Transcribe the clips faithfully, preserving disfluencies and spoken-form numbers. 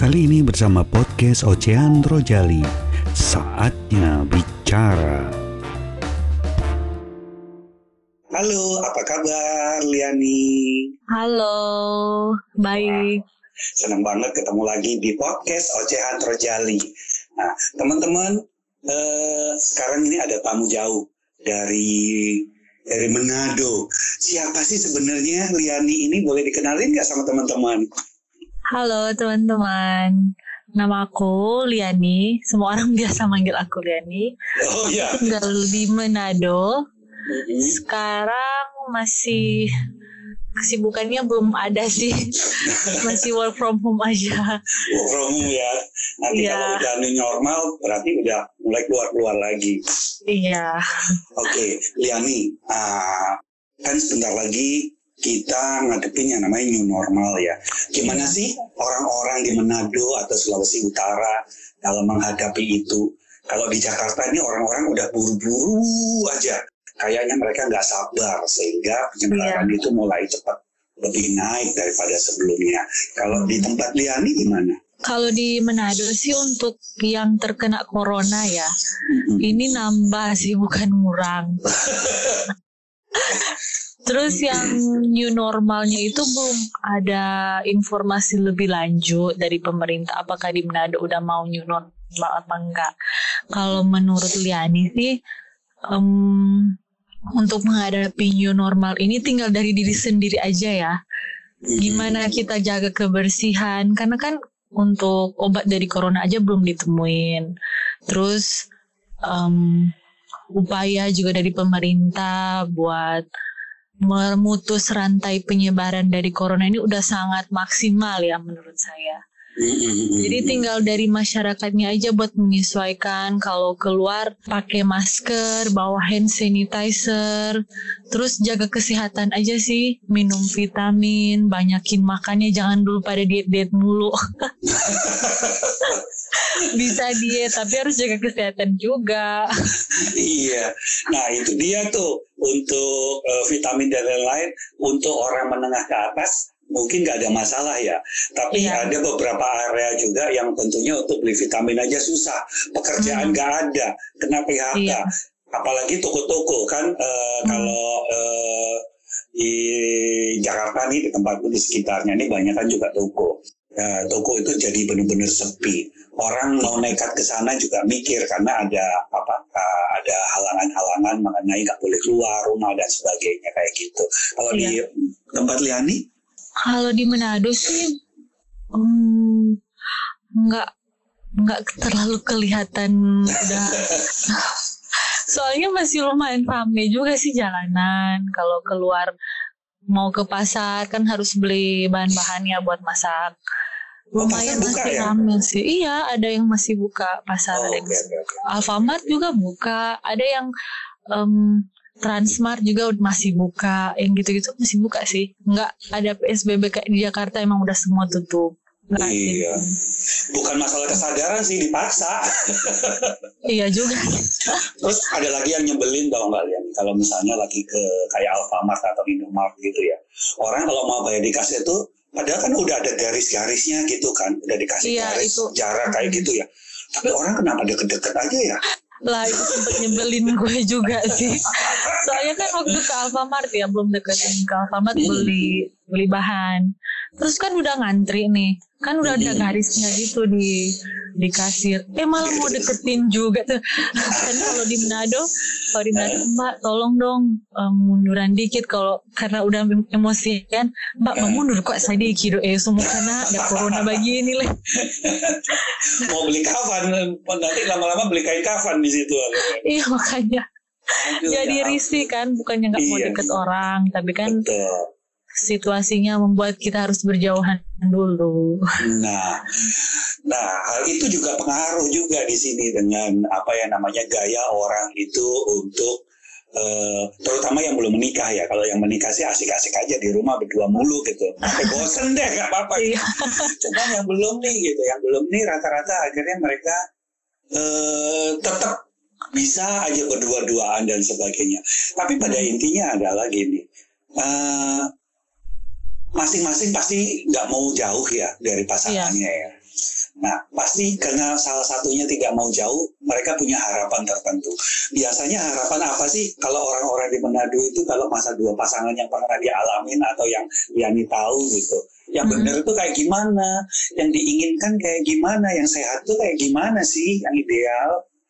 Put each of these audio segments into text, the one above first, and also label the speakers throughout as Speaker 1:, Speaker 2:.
Speaker 1: Kali ini bersama podcast Ocehan Rojali. Saatnya bicara. Halo, apa kabar Liani?
Speaker 2: Halo, baik.
Speaker 1: Wah, senang banget ketemu lagi di podcast Ocehan Rojali. Nah, teman-teman, eh, sekarang ini ada tamu jauh dari dari Manado. Siapa sih sebenarnya Liani ini? Boleh dikenalin nggak sama teman-teman?
Speaker 2: Halo teman-teman, nama aku Liani. Semua orang biasa manggil aku Liani.
Speaker 1: Oh iya.
Speaker 2: Tinggal di Manado.
Speaker 1: Mm-hmm.
Speaker 2: Sekarang masih kesibukannya belum ada sih. Masih work from home aja.
Speaker 1: Work from home ya. Nanti
Speaker 2: Iya.
Speaker 1: kalau udah new normal berarti udah mulai keluar-keluar lagi.
Speaker 2: Iya.
Speaker 1: Oke, Liani, ah, kan sebentar lagi kita ngadepin yang namanya new normal ya. Gimana sih orang-orang di Manado atau Sulawesi Utara dalam menghadapi itu? Kalau di Jakarta ini orang-orang udah buru-buru aja. Kayaknya mereka nggak sabar sehingga penyebaran
Speaker 2: Iya.
Speaker 1: itu mulai cepat lebih naik daripada sebelumnya. Kalau di tempat Liani gimana?
Speaker 2: Kalau di Manado sih untuk yang terkena corona ya,
Speaker 1: Mm-mm.
Speaker 2: ini nambah sih bukan ngurang. Terus yang new normalnya itu belum ada informasi lebih lanjut dari pemerintah. Apakah di Manado udah mau new normal apa enggak? Kalau menurut Liani sih, em, untuk menghadapi new normal ini tinggal dari diri sendiri aja ya. Gimana kita jaga kebersihan? Karena kan untuk obat dari corona aja belum ditemuin. Terus em, upaya juga dari pemerintah buat memutus rantai penyebaran dari corona ini udah sangat maksimal ya menurut saya. Jadi tinggal dari masyarakatnya aja buat menyesuaikan, kalau keluar pakai masker, bawa hand sanitizer, terus jaga kesehatan aja sih, minum vitamin, banyakin makannya, jangan dulu pada diet-diet mulu. Bisa diet tapi harus jaga kesehatan juga.
Speaker 1: Iya, nah itu dia tuh untuk uh, vitamin dan lain-lain untuk orang menengah ke atas mungkin nggak ada masalah ya. Tapi
Speaker 2: Iya.
Speaker 1: ada beberapa area juga yang tentunya untuk beli vitamin aja susah, pekerjaan nggak
Speaker 2: Hmm.
Speaker 1: ada, kena P H K.
Speaker 2: Iya.
Speaker 1: Apalagi toko-toko kan uh,
Speaker 2: Hmm.
Speaker 1: kalau uh, di Jakarta nih di tempatku di sekitarnya ini banyak kan juga toko. Ya, toko itu jadi benar-benar sepi. Orang mau nekat ke sana juga mikir karena ada apa? uh, ada halangan-halangan mengenai nggak boleh keluar rumah dan sebagainya kayak gitu. Kalau
Speaker 2: Iya.
Speaker 1: di tempat Liani,
Speaker 2: Kalau di Manado sih hmm, nggak nggak terlalu kelihatan udah. Soalnya masih lumayan ramai juga sih jalanan. Kalau keluar mau ke pasar kan harus beli bahan-bahannya buat masak.
Speaker 1: Oh,
Speaker 2: Lumayan
Speaker 1: pasar buka
Speaker 2: masih
Speaker 1: ya?
Speaker 2: ramai sih. Iya, ada yang masih buka pasar.
Speaker 1: Oh,
Speaker 2: Ada yang
Speaker 1: oke,
Speaker 2: masih
Speaker 1: oke,
Speaker 2: buka. Alfamart juga buka. Ada yang em, Transmart juga masih buka. Yang gitu-gitu masih buka sih. Nggak ada P S B B kayak di Jakarta, emang udah semua tutup. Nggak
Speaker 1: Iya.
Speaker 2: gitu.
Speaker 1: Bukan masalah kesadaran sih, dipaksa.
Speaker 2: Iya juga.
Speaker 1: Terus ada lagi yang nyebelin tau nggak Lian? Kalau misalnya lagi ke kayak Alfamart atau Indomart gitu ya. Orang kalau mau bayar di kasir itu, padahal kan udah ada garis-garisnya gitu kan. Udah dikasih
Speaker 2: Iya,
Speaker 1: garis
Speaker 2: itu.
Speaker 1: jarak kayak gitu ya. Tapi orang kenapa deket-deket aja ya?
Speaker 2: Lah itu sempet nyebelin gue juga sih. Soalnya kan waktu ke Alfamart ya, belum deketin ke Alfamart beli beli bahan. Terus kan udah ngantri nih, kan udah ada garisnya gitu di di kasir. Eh malah mau deketin juga tuh. Kan kalau di Manado, kalau di Manado, Mbak tolong dong um, munduran dikit kalau karena udah emosi kan. Mbak mau mundur kok saya dikira eh semua karena ada corona begini lah.
Speaker 1: Mau beli kafan, nanti lama-lama beli kain kafan di situ.
Speaker 2: Iya makanya.
Speaker 1: Aduh,
Speaker 2: Jadi
Speaker 1: ya
Speaker 2: risih kan, bukannya nggak mau
Speaker 1: Iya.
Speaker 2: deket orang, tapi kan
Speaker 1: Betul.
Speaker 2: situasinya membuat kita harus berjauhan dulu.
Speaker 1: Nah, nah hal itu juga pengaruh juga di sini dengan apa yang namanya gaya orang itu untuk eh, terutama yang belum menikah ya. Kalau yang menikah sih asik-asik aja di rumah berdua mulu gitu. Sampai bosen deh, nggak apa-apa.
Speaker 2: Iya.
Speaker 1: Cuma yang belum nih gitu, yang belum nih rata-rata akhirnya mereka eh, tetap bisa aja berdua-duaan dan sebagainya. Tapi pada intinya adalah gini. Uh, masing-masing pasti nggak mau jauh ya dari pasangannya ya. Nah, pasti karena salah satunya tidak mau jauh, mereka punya harapan tertentu. Biasanya harapan apa sih kalau orang-orang di Manado itu kalau masa dua pasangan yang pernah dialamin atau yang Yani tahu gitu. Yang
Speaker 2: Hmm.
Speaker 1: benar itu kayak gimana? Yang diinginkan kayak gimana? Yang sehat itu kayak gimana sih? Yang ideal?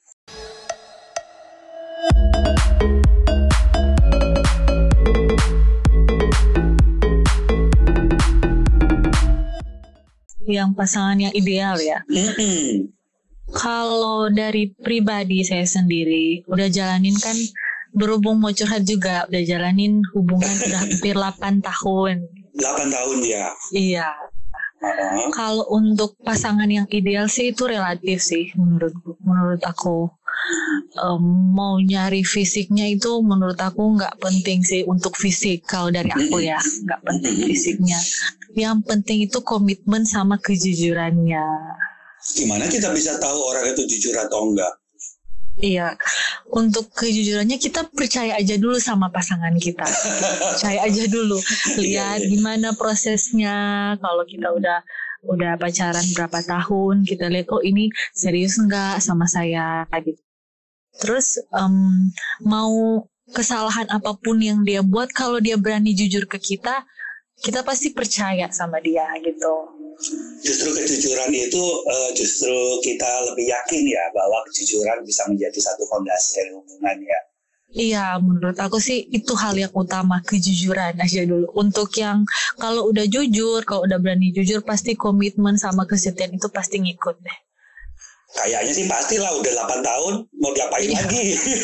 Speaker 2: Yang pasangan yang ideal ya.
Speaker 1: Mm-mm.
Speaker 2: Kalau dari pribadi saya sendiri udah jalanin kan, berhubung mau curhat juga, udah jalanin hubungan udah hampir delapan tahun.
Speaker 1: delapan tahun ya.
Speaker 2: Iya.
Speaker 1: Uh-huh.
Speaker 2: Kalau untuk pasangan yang ideal sih itu relatif sih menurut menurut aku. Um, mau nyari fisiknya itu menurut aku nggak penting sih untuk fisik, kalau dari aku ya nggak penting fisiknya. Yang penting itu komitmen sama kejujurannya.
Speaker 1: Gimana kita bisa tahu orang itu jujur atau enggak?
Speaker 2: Iya, untuk kejujurannya kita percaya aja dulu sama pasangan kita. Percaya aja dulu, lihat gimana prosesnya. Kalau kita udah udah pacaran berapa tahun, kita lihat oh ini serius enggak sama saya gitu. Terus um, mau kesalahan apapun yang dia buat, kalau dia berani jujur ke kita, kita pasti percaya sama dia gitu.
Speaker 1: Justru kejujuran itu uh, justru kita lebih yakin ya bahwa kejujuran bisa menjadi satu fondasi dari hubungan ya.
Speaker 2: Iya, menurut aku sih itu hal yang utama, kejujuran aja dulu. Untuk yang kalau udah jujur, kalau udah berani jujur, pasti komitmen sama kesetiaan itu pasti ngikut deh.
Speaker 1: Kayaknya sih pastilah udah delapan tahun, mau diapain
Speaker 2: Iya.
Speaker 1: lagi?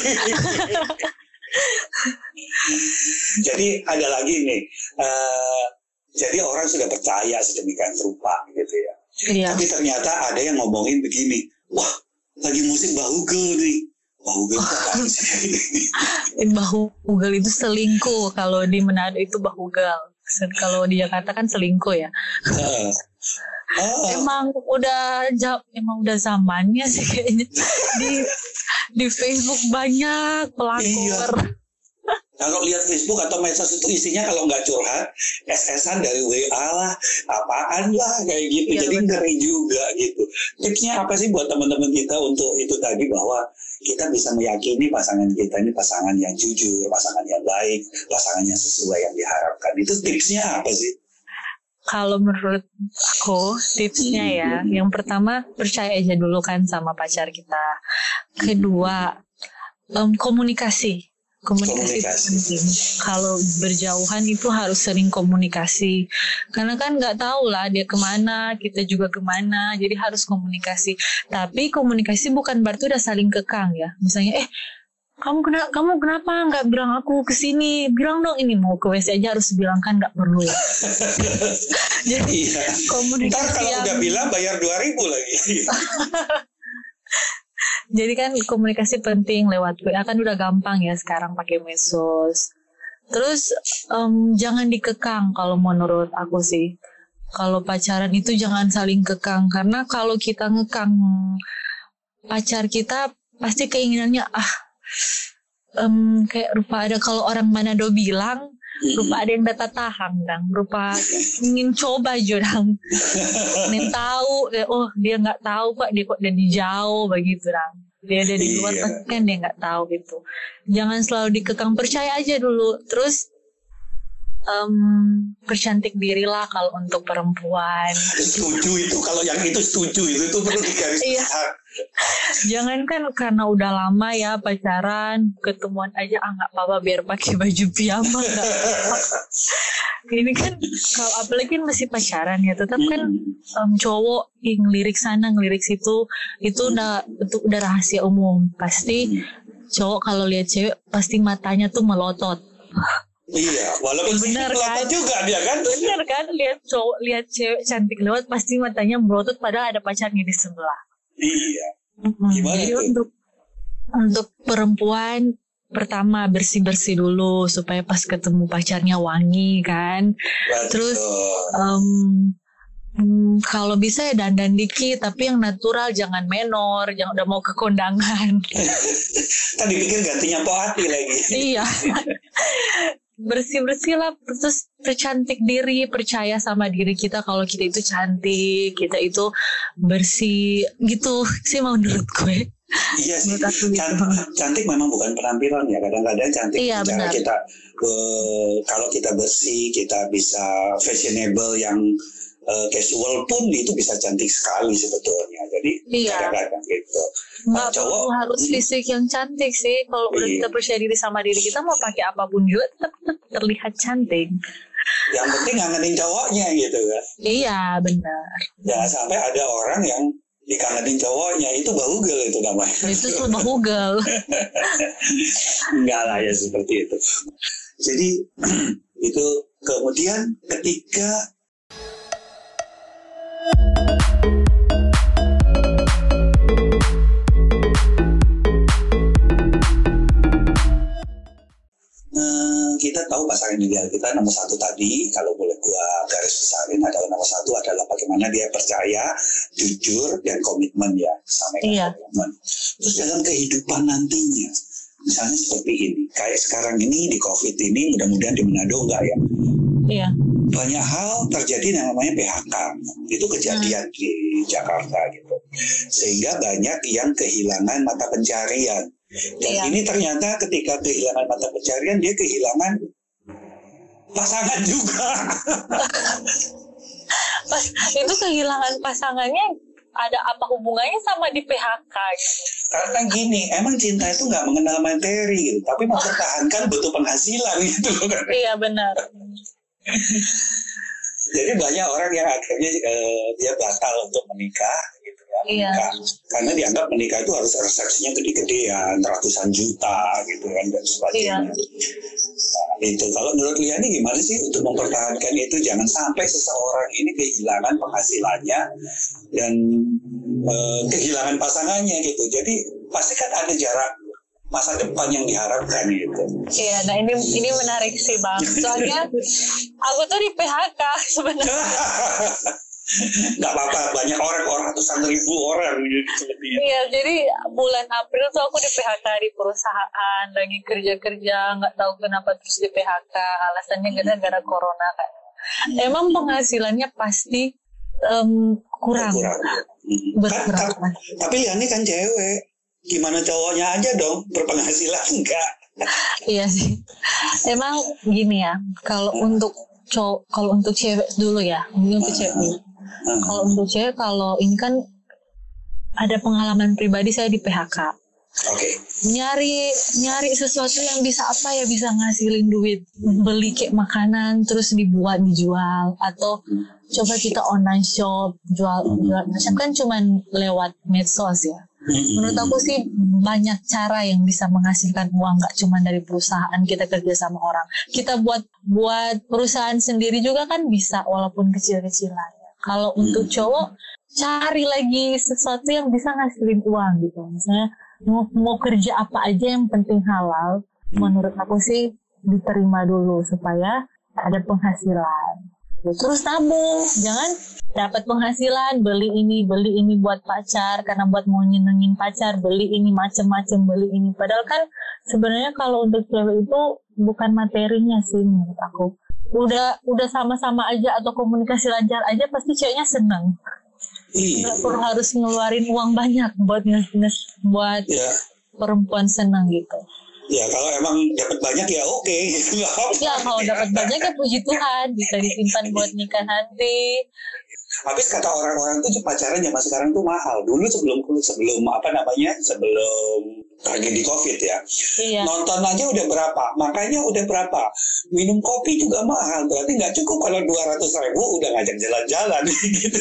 Speaker 1: Jadi ada lagi nih, uh, jadi orang sudah percaya sedemikian rupa gitu ya.
Speaker 2: Iya.
Speaker 1: Tapi ternyata ada yang ngomongin begini, wah lagi musim bahugel nih. Bahugel itu apaan sih?
Speaker 2: Bahugel itu selingkuh. Kalau di Manado itu bahugel. Kalau di Jakarta kan selingkuh ya.
Speaker 1: Uh, oh.
Speaker 2: Emang udah jam, emang udah zamannya sih kayaknya. Di di Facebook banyak pelakor.
Speaker 1: Iya. Kalau lihat Facebook atau medsos itu isinya kalau nggak curhat, S S-an dari W A lah, apaan lah kayak gitu.
Speaker 2: Ya,
Speaker 1: jadi
Speaker 2: benar.
Speaker 1: ngeri juga gitu. Tipsnya apa sih buat teman-teman kita untuk itu tadi, bahwa kita bisa meyakini pasangan kita ini pasangan yang jujur, pasangan yang baik, pasangan yang sesuai yang diharapkan. Itu tipsnya apa sih?
Speaker 2: Kalau menurut aku tipsnya ya, yang pertama percaya aja dulu kan sama pacar kita. Kedua, um, komunikasi. Komunikasi,
Speaker 1: Komunikasi.
Speaker 2: itu penting. Kalau berjauhan itu harus sering komunikasi. Karena kan nggak tahu lah dia kemana, kita juga kemana. Jadi harus komunikasi. Tapi komunikasi bukan berarti udah saling kekang ya. Misalnya, eh kamu kena, kamu kenapa nggak bilang aku kesini? Bilang dong, ini mau ke W C aja harus bilang, kan nggak perlu ya. Jadi
Speaker 1: Iya.
Speaker 2: komunikasi
Speaker 1: Ntar kalau
Speaker 2: yang-
Speaker 1: udah bilang bayar dua ribu lagi.
Speaker 2: Jadi kan komunikasi penting lewat W A, kan udah gampang ya sekarang pakai medsos. Terus em, jangan dikekang kalau menurut aku sih. Kalau pacaran itu jangan saling kekang, karena kalau kita ngekang pacar kita pasti keinginannya ah em, kayak rupa ada, kalau orang Manado bilang rupa ada yang data tahan dang, rupa ingin coba jurang. Nih tahu, eh, oh dia nggak tahu kok, dia kok udah di jauh begitu dang. Dia ada di luar
Speaker 1: Iya.
Speaker 2: kan dia nggak tahu gitu. Jangan selalu dikekang, percaya aja dulu. Terus em, percantik diri lah kalau untuk perempuan.
Speaker 1: Setuju itu, kalau yang itu setuju itu itu perlu digaris
Speaker 2: Iya.
Speaker 1: besar.
Speaker 2: Jangan kan karena udah lama ya pacaran, ketemuan aja ah nggak apa-apa biar pakai baju piyama nggak apa-apa. Ini kan kalau apalagi kan masih pacaran ya, tetap kan em, cowok yang ngelirik sana ngelirik situ, itu udah itu udah rahasia umum. Pasti cowok kalau lihat cewek pasti matanya tuh melotot.
Speaker 1: Iya, walaupun
Speaker 2: Benar,
Speaker 1: sedikit
Speaker 2: kan?
Speaker 1: melotot juga dia kan.
Speaker 2: Bener kan, lihat cowok lihat cewek cantik lewat pasti matanya melotot padahal ada pacarnya di sebelah.
Speaker 1: Iya.
Speaker 2: Mm-mm.
Speaker 1: Gimana
Speaker 2: Jadi
Speaker 1: tuh?
Speaker 2: untuk untuk perempuan pertama bersih-bersih dulu supaya pas ketemu pacarnya wangi kan.
Speaker 1: Betul.
Speaker 2: Terus em, hmm, kalau bisa ya dandan dikit, tapi yang natural, jangan menor, jangan udah mau ke kondangan.
Speaker 1: Tadi pikir gantinya Po Ati lagi.
Speaker 2: Iya. bersih-bersih lah, terus percantik diri, percaya sama diri kita kalau kita itu cantik, kita itu bersih gitu sih menurut gue.
Speaker 1: Iya sih, cantik, cantik memang bukan penampilan ya, kadang-kadang cantik
Speaker 2: iya,
Speaker 1: cara
Speaker 2: benar.
Speaker 1: kita uh, kalau kita bersih, kita bisa fashionable yang uh, casual pun itu bisa cantik sekali sebetulnya. Jadi
Speaker 2: iya.
Speaker 1: kadang-kadang gitu.
Speaker 2: Nggak perlu harus fisik yang cantik sih. Kalau udah kita percaya diri sama diri kita, mau pakai apapun juga tetap, tetap terlihat cantik.
Speaker 1: Yang penting ngangenin cowoknya gitu kan.
Speaker 2: Iya benar.
Speaker 1: Jangan sampai ada orang yang dikangenin cowoknya, itu bahugel itu namanya.
Speaker 2: Itu tuh bahugel.
Speaker 1: Enggak lah ya seperti itu. Jadi itu kemudian ketika kita tahu pasangan ideal kita nomor satu tadi, kalau boleh gua garis besarin adalah nomor satu adalah bagaimana dia percaya, jujur, dan komitmen ya, sama
Speaker 2: iya.
Speaker 1: komitmen. Terus dalam kehidupan nantinya, misalnya seperti ini, kayak sekarang ini di COVID ini, mudah-mudahan di Manado enggak ya?
Speaker 2: Iya.
Speaker 1: Banyak hal terjadi yang namanya P H K, itu kejadian hmm. di Jakarta gitu, sehingga banyak yang kehilangan mata pencarian. Dan iya. ini ternyata ketika kehilangan mata pencarian, dia kehilangan pasangan juga.
Speaker 2: Pas, itu kehilangan pasangannya ada apa hubungannya sama di P H K?
Speaker 1: Karena gini, emang cinta itu nggak mengenal materi, gitu, tapi mempertahankan butuh penghasilan gitu loh kan.
Speaker 2: Iya benar.
Speaker 1: Jadi banyak orang yang akhirnya uh, dia batal untuk menikah gitu ya.
Speaker 2: Iya.
Speaker 1: Menikah. Karena dianggap menikah itu harus resepsinya gede-gedean, ratusan juta gitu kan dan sebagainya. Iya. Nah, itu kalau menurut Liani gimana sih untuk mempertahankan itu, jangan sampai seseorang ini kehilangan penghasilannya dan uh, kehilangan pasangannya gitu. Jadi pasti kan ada jarak masa depan yang diharapkan gitu.
Speaker 2: Iya, nah ini ini menarik sih Bang. Soalnya aku tuh di P H K sebenarnya.
Speaker 1: Nggak apa-apa, banyak orang, orang ratusan ribu orang gitu.
Speaker 2: Iya, jadi bulan April tuh aku di P H K di perusahaan, lagi kerja-kerja, nggak tahu kenapa terus di P H K, alasannya gara-gara corona kan. Emang penghasilannya pasti um, kurang,
Speaker 1: kurang.
Speaker 2: berkurang.
Speaker 1: Kan, tapi Liani kan cewek. Gimana cowoknya aja dong berpenghasilan enggak?
Speaker 2: Iya sih. Emang gini ya, kalau untuk cowok, kalau untuk cewek dulu ya, untuk cewek dulu. Kalau untuk cewek, kalau ini kan ada pengalaman pribadi saya di P H K. Oke.
Speaker 1: Okay.
Speaker 2: Nyari nyari sesuatu yang bisa apa ya, bisa ngasilin duit, beli kayak makanan terus dibuat dijual, atau coba kita online shop jual jual macam kan cuman lewat medsos ya. Menurut aku sih banyak cara yang bisa menghasilkan uang, nggak cuma dari perusahaan kita kerja sama orang. Kita buat buat perusahaan sendiri juga kan bisa, walaupun kecil-kecilan. Kalau untuk cowok, cari lagi sesuatu yang bisa ngasilin uang gitu. Misalnya mau, mau kerja apa aja yang penting halal. Menurut aku sih diterima dulu supaya ada penghasilan. Terus nabung, jangan dapat penghasilan beli ini beli ini buat pacar karena buat mau nyenengin pacar, beli ini macem-macem, beli ini. Padahal kan sebenarnya kalau untuk cewek itu bukan materinya sih menurut aku. Udah udah sama-sama aja atau komunikasi lancar aja pasti ceweknya seneng. Nggak perlu harus ngeluarin uang banyak buat nges-nges buat yeah. perempuan seneng gitu.
Speaker 1: Ya kalau emang dapat banyak ya oke okay.
Speaker 2: Ya kalau dapat banyak ya puji Tuhan, bisa disimpan buat nikah nanti.
Speaker 1: Habis kata orang-orang tuh pacaran zaman sekarang tuh mahal. Dulu sebelum sebelum apa namanya sebelum tragedi COVID ya, iya. nonton aja udah berapa, makanya udah berapa, minum kopi juga mahal. Berarti nggak cukup kalau dua ratus ribu udah ngajak jalan-jalan gitu.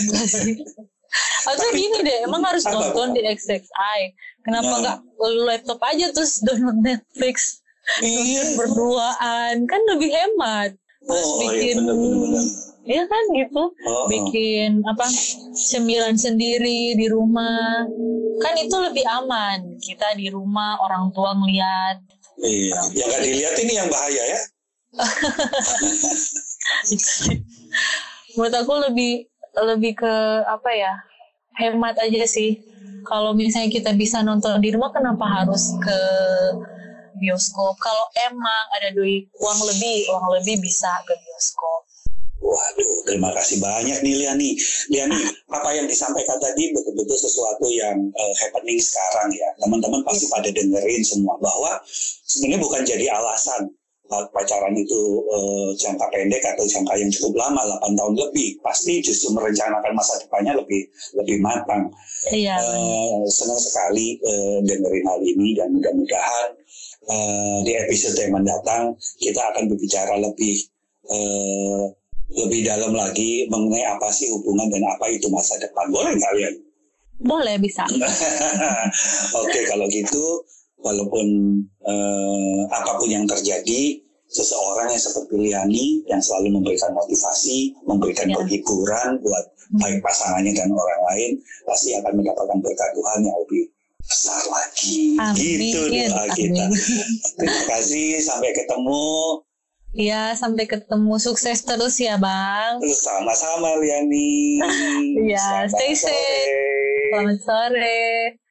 Speaker 2: Atau gini deh, emang harus nonton di X X I. Kenapa nggak nah. laptop aja terus download Netflix? Iya. Berduaan kan lebih hemat. Terus oh, bikin, iya, bener, bener, bener. Ya kan gitu, oh, bikin oh. apa cemilan sendiri di rumah. Kan itu lebih aman. Kita di rumah, orang tua ngeliat.
Speaker 1: Iya. Yang nggak dilihat ini yang bahaya ya.
Speaker 2: Menurut aku lebih lebih ke apa ya, hemat aja sih. Kalau misalnya kita bisa nonton di rumah, kenapa harus ke bioskop. Kalau emang ada duit uang lebih, uang lebih bisa ke bioskop.
Speaker 1: Waduh, terima kasih banyak nih Liani. Liani, apa yang disampaikan tadi betul-betul sesuatu yang uh, happening sekarang ya. Teman-teman pasti pada dengerin semua bahwa sebenarnya bukan jadi alasan uh, pacaran itu uh, jangka pendek atau jangka yang cukup lama, delapan tahun lebih. Pasti justru merencanakan masa depannya lebih lebih matang.
Speaker 2: Iya.
Speaker 1: Uh, senang sekali uh, dengerin hal ini dan mudah-mudahan uh, di episode yang mendatang kita akan berbicara lebih uh, lebih dalam lagi mengenai apa sih hubungan dan apa itu masa depan. Boleh nggak kalian?
Speaker 2: Boleh, bisa.
Speaker 1: Oke, kalau gitu walaupun eh, apapun yang terjadi, seseorang yang seperti Liani yang selalu memberikan motivasi, memberikan ya. Penghiburan buat hmm. baik pasangannya dan orang lain, pasti akan mendapatkan berkat Tuhan yang lebih besar lagi.
Speaker 2: Amin.
Speaker 1: Gitu doa kita. Terima kasih, sampai ketemu.
Speaker 2: Ya, sampai ketemu. Sukses terus ya, Bang.
Speaker 1: Sama-sama, Liani.
Speaker 2: Ya, stay safe. Selamat sore.